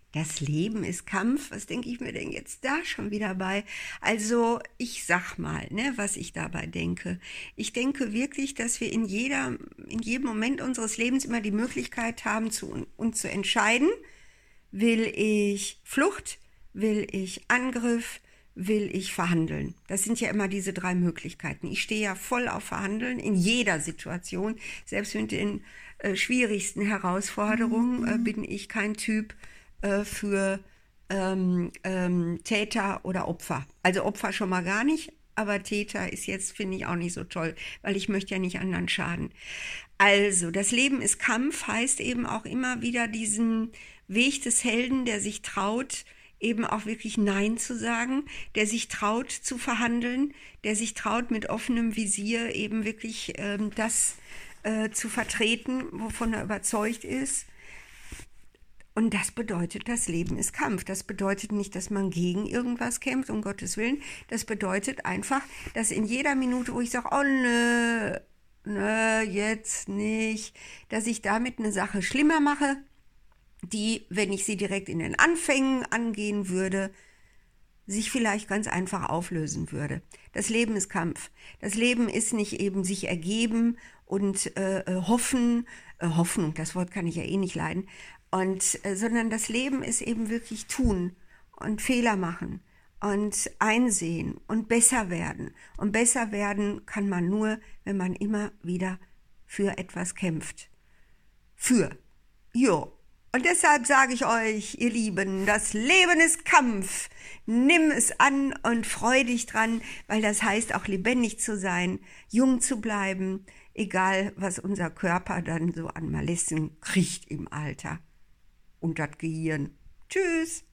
Das Leben ist Kampf. Was denke ich mir denn jetzt da schon wieder bei? Also, ich sag mal, ne, was ich dabei denke. Ich denke wirklich, dass wir in jedem Moment unseres Lebens immer die Möglichkeit haben, uns zu entscheiden. Will ich Flucht? Will ich Angriff? Will ich verhandeln? Das sind ja immer diese drei Möglichkeiten. Ich stehe ja voll auf Verhandeln in jeder Situation. Selbst mit den schwierigsten Herausforderungen bin ich kein Typ für Täter oder Opfer. Also Opfer schon mal gar nicht, aber Täter ist jetzt, finde ich, auch nicht so toll, weil ich möchte ja nicht anderen schaden. Also, das Leben ist Kampf heißt eben auch immer wieder diesen Weg des Helden, der sich traut, eben auch wirklich Nein zu sagen, der sich traut zu verhandeln, der sich traut mit offenem Visier eben wirklich das zu vertreten, wovon er überzeugt ist. Und das bedeutet, das Leben ist Kampf. Das bedeutet nicht, dass man gegen irgendwas kämpft, um Gottes Willen. Das bedeutet einfach, dass in jeder Minute, wo ich sage, oh nö, nö, jetzt nicht, dass ich damit eine Sache schlimmer mache, die, wenn ich sie direkt in den Anfängen angehen würde, sich vielleicht ganz einfach auflösen würde. Das Leben ist Kampf. Das Leben ist nicht eben sich ergeben und hoffen, Hoffnung, das Wort kann ich ja eh nicht leiden, sondern das Leben ist eben wirklich tun und Fehler machen und einsehen und besser werden. Und besser werden kann man nur, wenn man immer wieder für etwas kämpft. Jo. Und deshalb sage ich euch, ihr Lieben, das Leben ist Kampf. Nimm es an und freu dich dran, weil das heißt auch lebendig zu sein, jung zu bleiben, egal was unser Körper dann so an Malissen kriegt im Alter. Und das Gehirn. Tschüss.